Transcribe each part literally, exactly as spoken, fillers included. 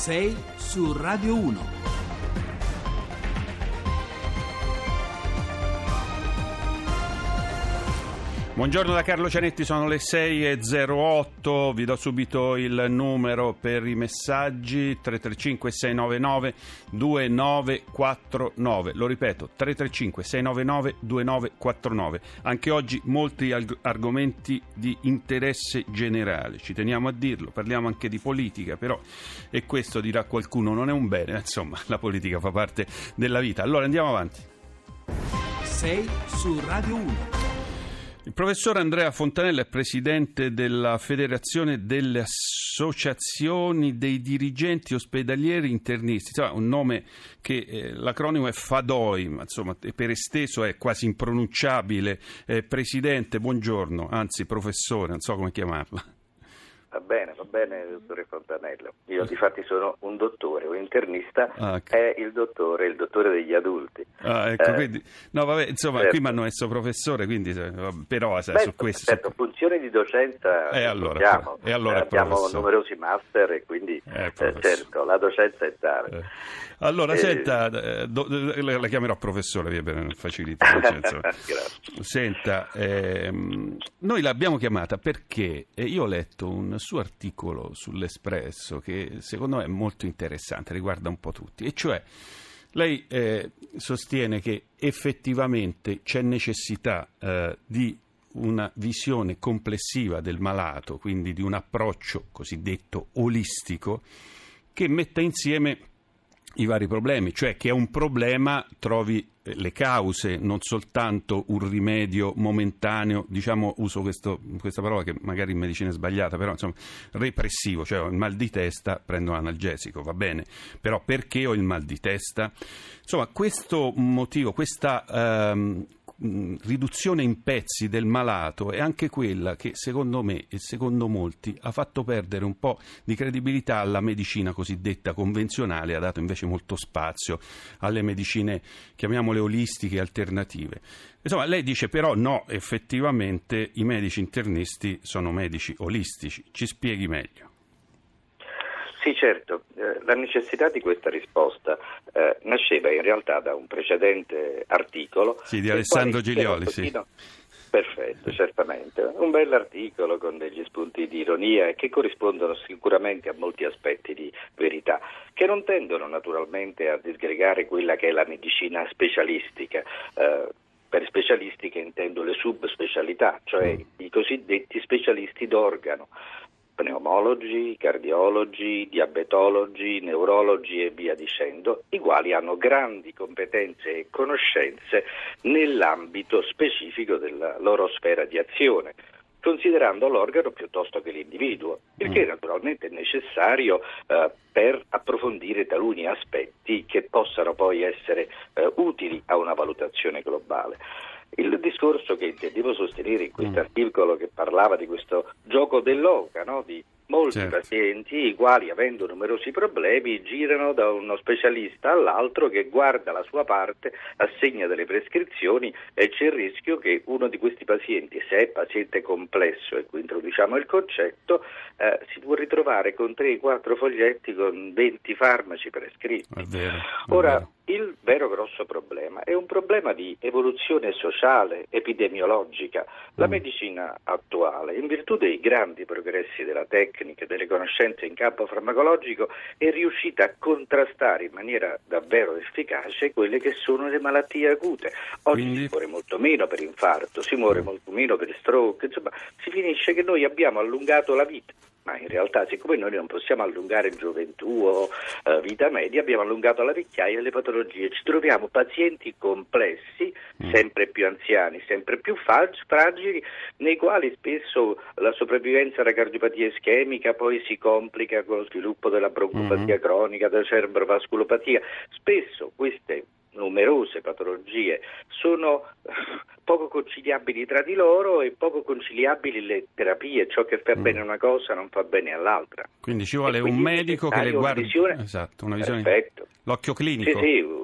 sei su Radio uno. Buongiorno da Carlo Cianetti, sono le sei e zero otto, vi do subito il numero per i messaggi: tre tre cinque sei nove nove due nove quattro nove. Lo ripeto, tre tre cinque sei nove nove due nove quattro nove. Anche oggi molti arg- argomenti di interesse generale, ci teniamo a dirlo, parliamo anche di politica, però, e questo dirà qualcuno, non è un bene, insomma, la politica fa parte della vita. Allora andiamo avanti. sei su Radio uno. Il professor Andrea Fontanella è presidente della Federazione delle Associazioni dei Dirigenti Ospedalieri Internisti, insomma, un nome che eh, l'acronimo è FADOI, ma insomma per esteso è quasi impronunciabile. Eh, presidente, buongiorno, anzi professore, non so come chiamarla. Va bene, va bene, dottore Fontanello. Io difatti sono un dottore, un internista, ah, ecco. È il dottore, il dottore degli adulti. Ah, ecco, eh, quindi, no, vabbè, insomma, certo. Qui mi hanno messo professore, quindi però sai, Beh, su questo. Certo, su... funzioni di docenza e allora, abbiamo, e allora eh, abbiamo professore. numerosi master e quindi eh, eh, certo, la docenza è tale. Eh. Allora, eh, senta, do, la, la chiamerò professore, via per facilità. Senta, ehm, noi l'abbiamo chiamata perché eh, io ho letto un suo articolo sull'Espresso che secondo me è molto interessante, riguarda un po' tutti, e cioè lei eh, sostiene che effettivamente c'è necessità eh, di una visione complessiva del malato, quindi di un approccio cosiddetto olistico che metta insieme i vari problemi, cioè che a un problema trovi le cause, non soltanto un rimedio momentaneo, diciamo, uso questo, questa parola che magari in medicina è sbagliata, però insomma repressivo, cioè ho il mal di testa, prendo l'analgesico, va bene, però perché ho il mal di testa? Insomma, questo motivo, questa ehm, riduzione in pezzi del malato è anche quella che secondo me e secondo molti ha fatto perdere un po' di credibilità alla medicina cosiddetta convenzionale, ha dato invece molto spazio alle medicine, chiamiamole olistiche, alternative. Insomma, lei dice però no, effettivamente i medici internisti sono medici olistici. Ci spieghi meglio. Sì, certo, eh, la necessità di questa risposta eh, nasceva in realtà da un precedente articolo. Sì, di Alessandro Giglioli, sì. Perfetto, certamente. Un bell'articolo con degli spunti di ironia e che corrispondono sicuramente a molti aspetti di verità, che non tendono naturalmente a disgregare quella che è la medicina specialistica. Eh, per specialistiche intendo le subspecialità, cioè mm. i cosiddetti specialisti d'organo. Pneumologi, cardiologi, diabetologi, neurologi e via dicendo, i quali hanno grandi competenze e conoscenze nell'ambito specifico della loro sfera di azione, considerando l'organo piuttosto che l'individuo, il che naturalmente è necessario eh, per approfondire taluni aspetti che possano poi essere eh, utili a una valutazione globale. Il discorso che intendevo sostenere in questo articolo, che parlava di questo gioco dell'oca, no? Di molti certo. pazienti i quali, avendo numerosi problemi, girano da uno specialista all'altro che guarda la sua parte, assegna delle prescrizioni e c'è il rischio che uno di questi pazienti, se è paziente complesso, e qui introduciamo il concetto, eh, si può ritrovare con tre quattro foglietti con venti farmaci prescritti. È vero, è Ora, vero. Il vero grosso problema è un problema di evoluzione sociale, epidemiologica. La mm. medicina attuale, in virtù dei grandi progressi della tecnica e delle conoscenze in campo farmacologico, è riuscita a contrastare in maniera davvero efficace quelle che sono le malattie acute. Oggi Quindi... si muore molto meno per infarto, si muore mm. molto meno per stroke, insomma, si finisce che noi abbiamo allungato la vita. Ma in realtà, siccome noi non possiamo allungare gioventù o uh, vita media, abbiamo allungato la vecchiaia e le patologie. Ci troviamo pazienti complessi, mm. sempre più anziani, sempre più fragili, nei quali spesso la sopravvivenza alla cardiopatia ischemica poi si complica con lo sviluppo della broncopatia mm. cronica, della cerebrovasculopatia. Spesso queste numerose patologie sono poco conciliabili tra di loro e poco conciliabili le terapie, ciò che fa mm. bene a una cosa non fa bene all'altra. Quindi ci vuole un medico che le guardi, una visione, esatto, una visione, perfetto. L'occhio clinico. Sì, sì,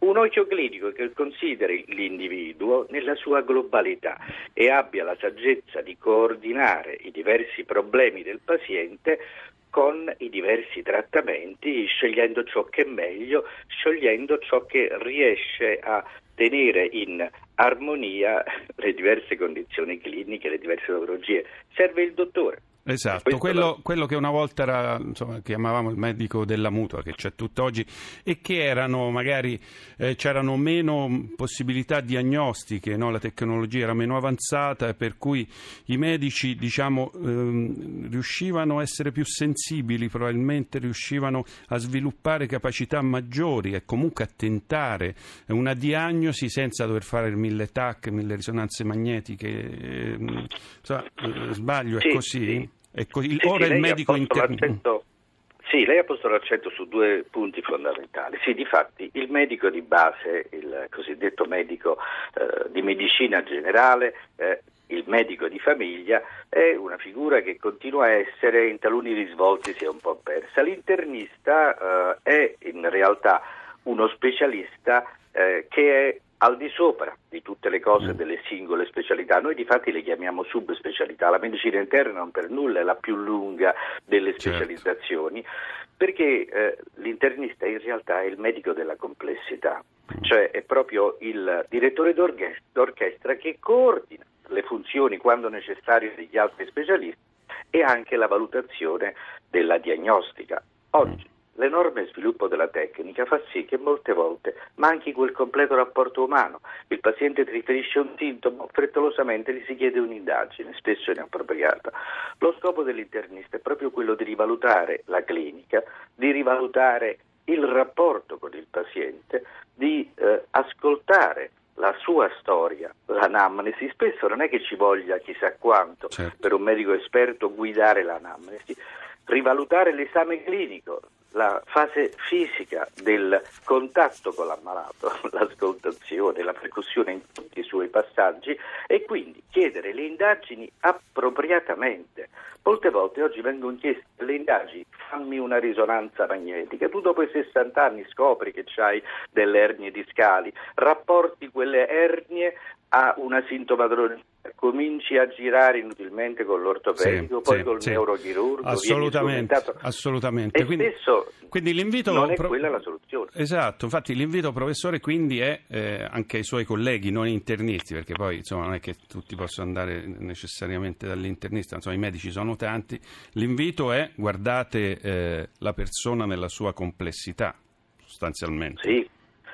Un occhio clinico che consideri l'individuo nella sua globalità e abbia la saggezza di coordinare i diversi problemi del paziente con i diversi trattamenti, scegliendo ciò che è meglio, scegliendo ciò che riesce a tenere in armonia le diverse condizioni cliniche, le diverse patologie. Serve il dottore. Esatto, quello, quello che una volta era, insomma, chiamavamo il medico della mutua, che c'è tutt'oggi, e che erano magari eh, c'erano meno possibilità diagnostiche, no? La tecnologia era meno avanzata, e per cui i medici, diciamo, ehm, riuscivano a essere più sensibili, probabilmente riuscivano a sviluppare capacità maggiori e comunque a tentare una diagnosi senza dover fare il mille T A C, mille risonanze magnetiche. Eh, insomma, eh, sbaglio, sì, è così? Sì. E così, sì, ora sì, il medico interno. Sì, lei ha posto l'accento su due punti fondamentali. Sì, difatti il medico di base, il cosiddetto medico eh, di medicina generale, eh, il medico di famiglia, è una figura che continua a essere, in taluni risvolti si è un po' persa. L'internista eh, è in realtà uno specialista eh, che è al di sopra di tutte le cose delle singole specialità. Noi difatti le chiamiamo subspecialità. La medicina interna non per nulla è la più lunga delle specializzazioni, certo. Perché eh, l'internista in realtà è il medico della complessità, cioè è proprio il direttore d'orchestra, d'orchestra che coordina le funzioni quando necessario degli altri specialisti e anche la valutazione della diagnostica. Oggi l'enorme sviluppo della tecnica fa sì che molte volte manchi quel completo rapporto umano. Il paziente ti riferisce un sintomo, frettolosamente gli si chiede un'indagine, spesso inappropriata. Lo scopo dell'internista è proprio quello di rivalutare la clinica, di rivalutare il rapporto con il paziente, di eh, ascoltare la sua storia, l'anamnesi. Spesso non è che ci voglia chissà quanto, certo, per un medico esperto guidare l'anamnesi, rivalutare l'esame clinico, la fase fisica del contatto con l'ammalato, l'ascoltazione, la percussione in tutti i suoi passaggi, e quindi chiedere le indagini appropriatamente. Molte volte oggi vengono chieste le indagini, fammi una risonanza magnetica, tu dopo i sessanta anni scopri che c'hai delle ernie discali, rapporti quelle ernie a una sintomatologia, cominci a girare inutilmente con l'ortopedico, sì, poi sì, col sì. neurochirurgo, assolutamente, assolutamente. E quindi, spesso quindi l'invito non è pro... quella la soluzione. Esatto, infatti l'invito, professore, quindi è eh, anche ai suoi colleghi non internisti, perché poi insomma non è che tutti possono andare necessariamente dall'internista, insomma i medici sono tanti. L'invito è: guardate eh, la persona nella sua complessità, sostanzialmente. Sì.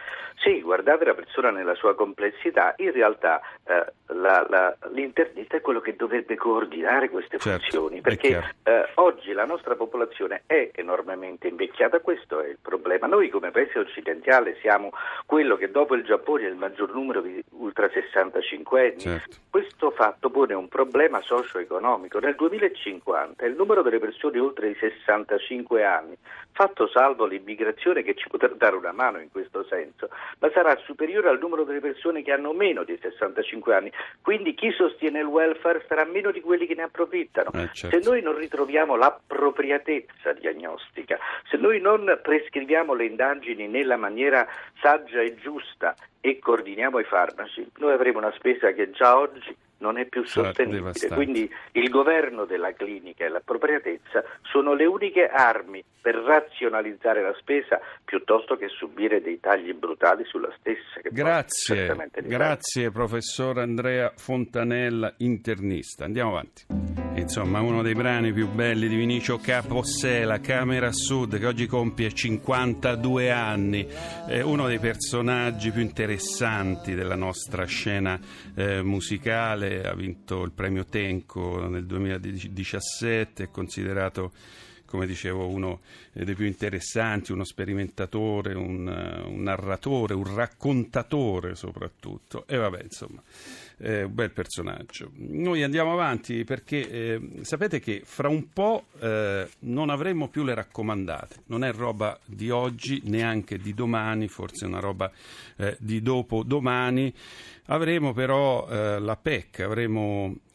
Sì, guardate la persona nella sua complessità. In realtà eh, la, la, l'internista è quello che dovrebbe coordinare queste certo, funzioni, perché eh, oggi la nostra popolazione è enormemente invecchiata, questo è il problema. Noi come paese occidentale siamo quello che dopo il Giappone ha il maggior numero di ultra sessantacinquenni. Certo. Questo fatto pone un problema socio-economico. Nel duemilacinquanta il numero delle persone oltre i sessantacinque anni, fatto salvo l'immigrazione che ci potrà dare una mano in questo senso, ma sarà superiore al numero delle persone che hanno meno di sessantacinque anni, quindi chi sostiene il welfare sarà meno di quelli che ne approfittano. Eh, certo. Se noi non ritroviamo l'appropriatezza diagnostica, se noi non prescriviamo le indagini nella maniera saggia e giusta e coordiniamo i farmaci, noi avremo una spesa che già oggi non è più sostenibile. Quindi il governo della clinica e l'appropriatezza sono le uniche armi per razionalizzare la spesa piuttosto che subire dei tagli brutali sulla stessa. Che grazie, grazie professor Andrea Fontanella, internista. Andiamo avanti. Insomma, uno dei brani più belli di Vinicio Capossela, Camera Sud, che oggi compie cinquantadue anni, è uno dei personaggi più interessanti della nostra scena eh, musicale, ha vinto il premio Tenco nel duemiladiciassette, è considerato, come dicevo, uno dei più interessanti, uno sperimentatore, un, un narratore, un raccontatore soprattutto, e vabbè, insomma, eh, un bel personaggio. Noi andiamo avanti perché eh, sapete che fra un po' eh, non avremo più le raccomandate, non è roba di oggi, neanche di domani, forse è una roba eh, di dopo domani. Avremo però eh, la P E C, avremo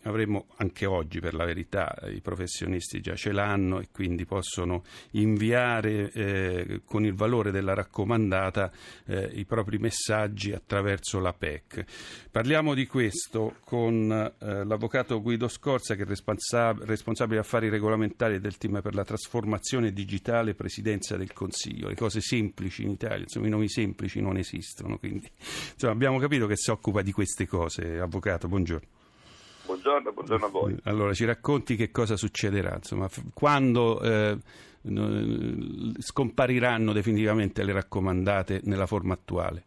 avremmo anche oggi, per la verità, i professionisti già ce l'hanno e quindi possono inviare eh, con il valore della raccomandata eh, i propri messaggi attraverso la P E C. Parliamo di questo con eh, l'avvocato Guido Scorza, che è responsab- responsabile affari regolamentari del team per la trasformazione digitale Presidenza del Consiglio. Le cose semplici in Italia, insomma i nomi semplici non esistono, quindi insomma, abbiamo capito che si occupa di queste cose. Avvocato, buongiorno. Buongiorno, buongiorno a voi. Allora, ci racconti che cosa succederà, insomma, f- quando eh, scompariranno definitivamente le raccomandate nella forma attuale?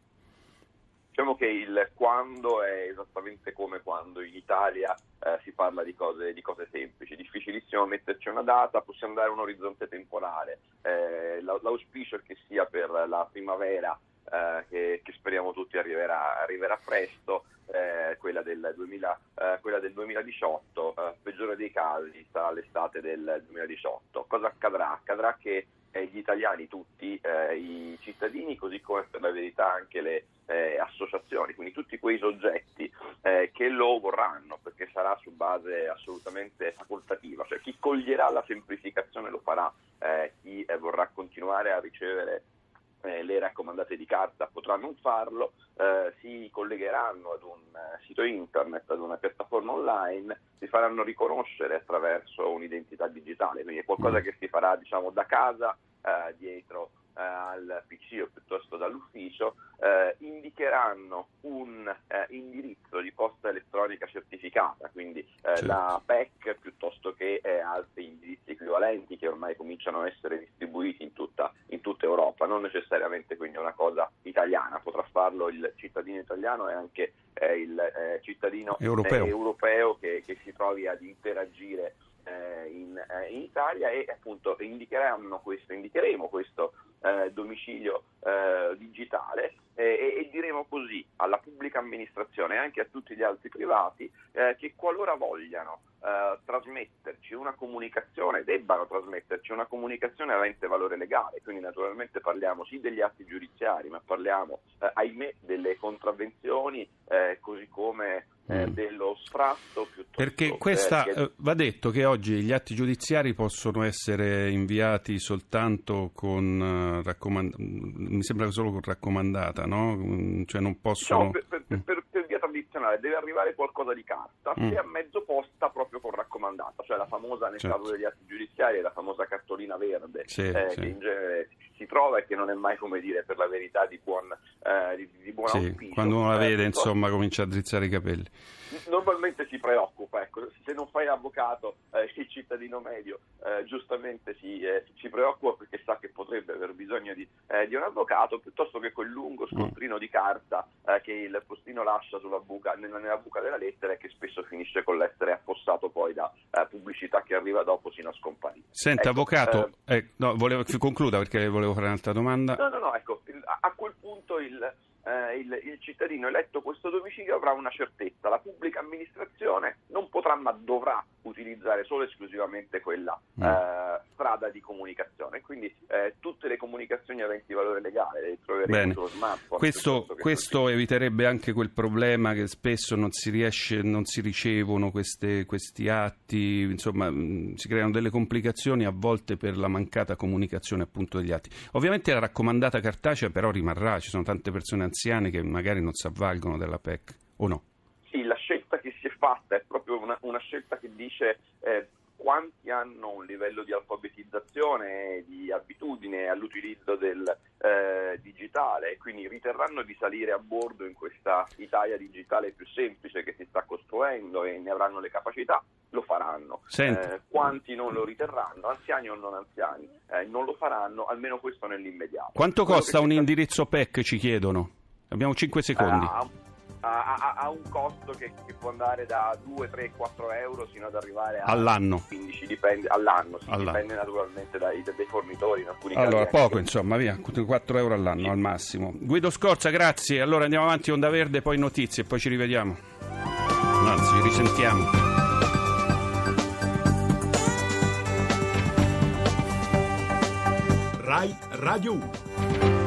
Diciamo che il quando è esattamente come quando in Italia eh, si parla di cose, di cose semplici, difficilissimo metterci una data, possiamo dare un orizzonte temporale, eh, l'auspicio è che sia per la primavera, eh, che, che speriamo tutti arriverà, arriverà presto. Eh, quella, del duemila, eh, quella del duemiladiciotto, eh, peggiore dei casi sarà l'estate del duemiladiciotto. Cosa accadrà? Accadrà che eh, gli italiani tutti, eh, i cittadini, così come per la verità anche le eh, associazioni, quindi tutti quei soggetti eh, che lo vorranno, perché sarà su base assolutamente facoltativa, cioè chi coglierà la semplificazione lo farà, eh, chi eh, vorrà continuare a ricevere Eh, le raccomandate di carta potrà non farlo, eh, si collegheranno ad un eh, sito internet, ad una piattaforma online, si faranno riconoscere attraverso un'identità digitale, quindi è qualcosa che si farà diciamo da casa, eh, dietro eh, al P C o piuttosto dall'ufficio, eh, indicheranno un eh, indirizzo di posta elettronica certificata, quindi eh, certo. la P E C piuttosto che eh, altri indirizzi equivalenti che ormai cominciano a essere distribuiti in tutta, in tutta Europa, non necessariamente quindi una cosa italiana, potrà farlo il cittadino italiano e anche eh, il eh, cittadino europeo, eh, europeo che, che si trovi ad interagire eh, in, eh, in Italia, e appunto indicheranno questo, indicheremo questo eh, domicilio eh, digitale eh, e, e diremo così alla pubblica amministrazione e anche a tutti gli altri privati eh, che qualora vogliano eh, trasmetterci una comunicazione, debbano trasmetterci una comunicazione avente valore legale, quindi naturalmente parliamo sì degli atti giudiziari, ma parliamo eh, ahimè delle contravvenzioni, eh, così come eh, mm. dello sfratto piuttosto. Perché questa che... eh, va detto che oggi gli atti giudiziari possono essere inviati soltanto con uh, raccomand- mi sembra solo con raccomandata, no? Cioè non possono. Diciamo, per, per, per, per, per via tradizionale deve arrivare qualcosa di carta, mm. se a mezzo posta proprio con raccomandata, cioè la famosa nel certo. caso degli atti giudiziari la famosa cartolina verde sì, eh, sì. che in genere si trova e che non è mai, come dire, per la verità di buon eh, di, di buon sì, auspicio. Quando uno la vede, eh, insomma, comincia a drizzare i capelli. Normalmente si preoccupa, ecco, se non fai l'avvocato, eh, il cittadino medio eh, giustamente si, eh, si preoccupa perché sa che potrebbe aver bisogno di, eh, di un avvocato, piuttosto che quel lungo scontrino mm. di carta eh, che il postino lascia sulla buca, nella, nella buca della lettera, e che spesso finisce con l'essere affossato poi da eh, pubblicità che arriva dopo sino a scomparire. Senta, ecco, avvocato, eh, eh, no, volevo concluda perché volevo fare un'altra domanda. No, no, no, ecco, il, a, a quel punto il... Eh, il, il cittadino eletto questo domicilio avrà una certezza, la pubblica amministrazione non potrà ma dovrà utilizzare solo e esclusivamente quella mm. eh, strada di comunicazione, quindi eh, tutte le comunicazioni aventi valore legale le troveremo Bene. sullo smartphone. Questo, questo eviterebbe anche quel problema che spesso non si riesce, non si ricevono queste, questi atti, insomma mh, si creano delle complicazioni a volte per la mancata comunicazione appunto degli atti. Ovviamente la raccomandata cartacea però rimarrà, ci sono tante persone anziane che magari non si avvalgono della P E C, o no? Sì, la scelta che si è fatta è proprio una, una scelta che dice eh, quanti hanno un livello di alfabetizzazione e di abitudine all'utilizzo del eh, digitale, e quindi riterranno di salire a bordo in questa Italia digitale più semplice che si sta costruendo e ne avranno le capacità, lo faranno. Eh, quanti non lo riterranno, anziani o non anziani, eh, non lo faranno, almeno questo nell'immediato. Quanto Quello costa un sta... indirizzo P E C, ci chiedono? Abbiamo cinque secondi. Uh, Ha, ha, ha un costo che, che può andare da due, tre, quattro euro sino ad arrivare a all'anno. quindici, dipende, all'anno, sì, all'anno. dipende naturalmente dai, dai fornitori. In alcuni allora, casi poco anche... insomma, via, quattro euro all'anno sì. al massimo. Guido Scorza, grazie. Allora andiamo avanti, Onda Verde, poi notizie, poi ci rivediamo. Anzi, ci risentiamo. Rai Radio uno.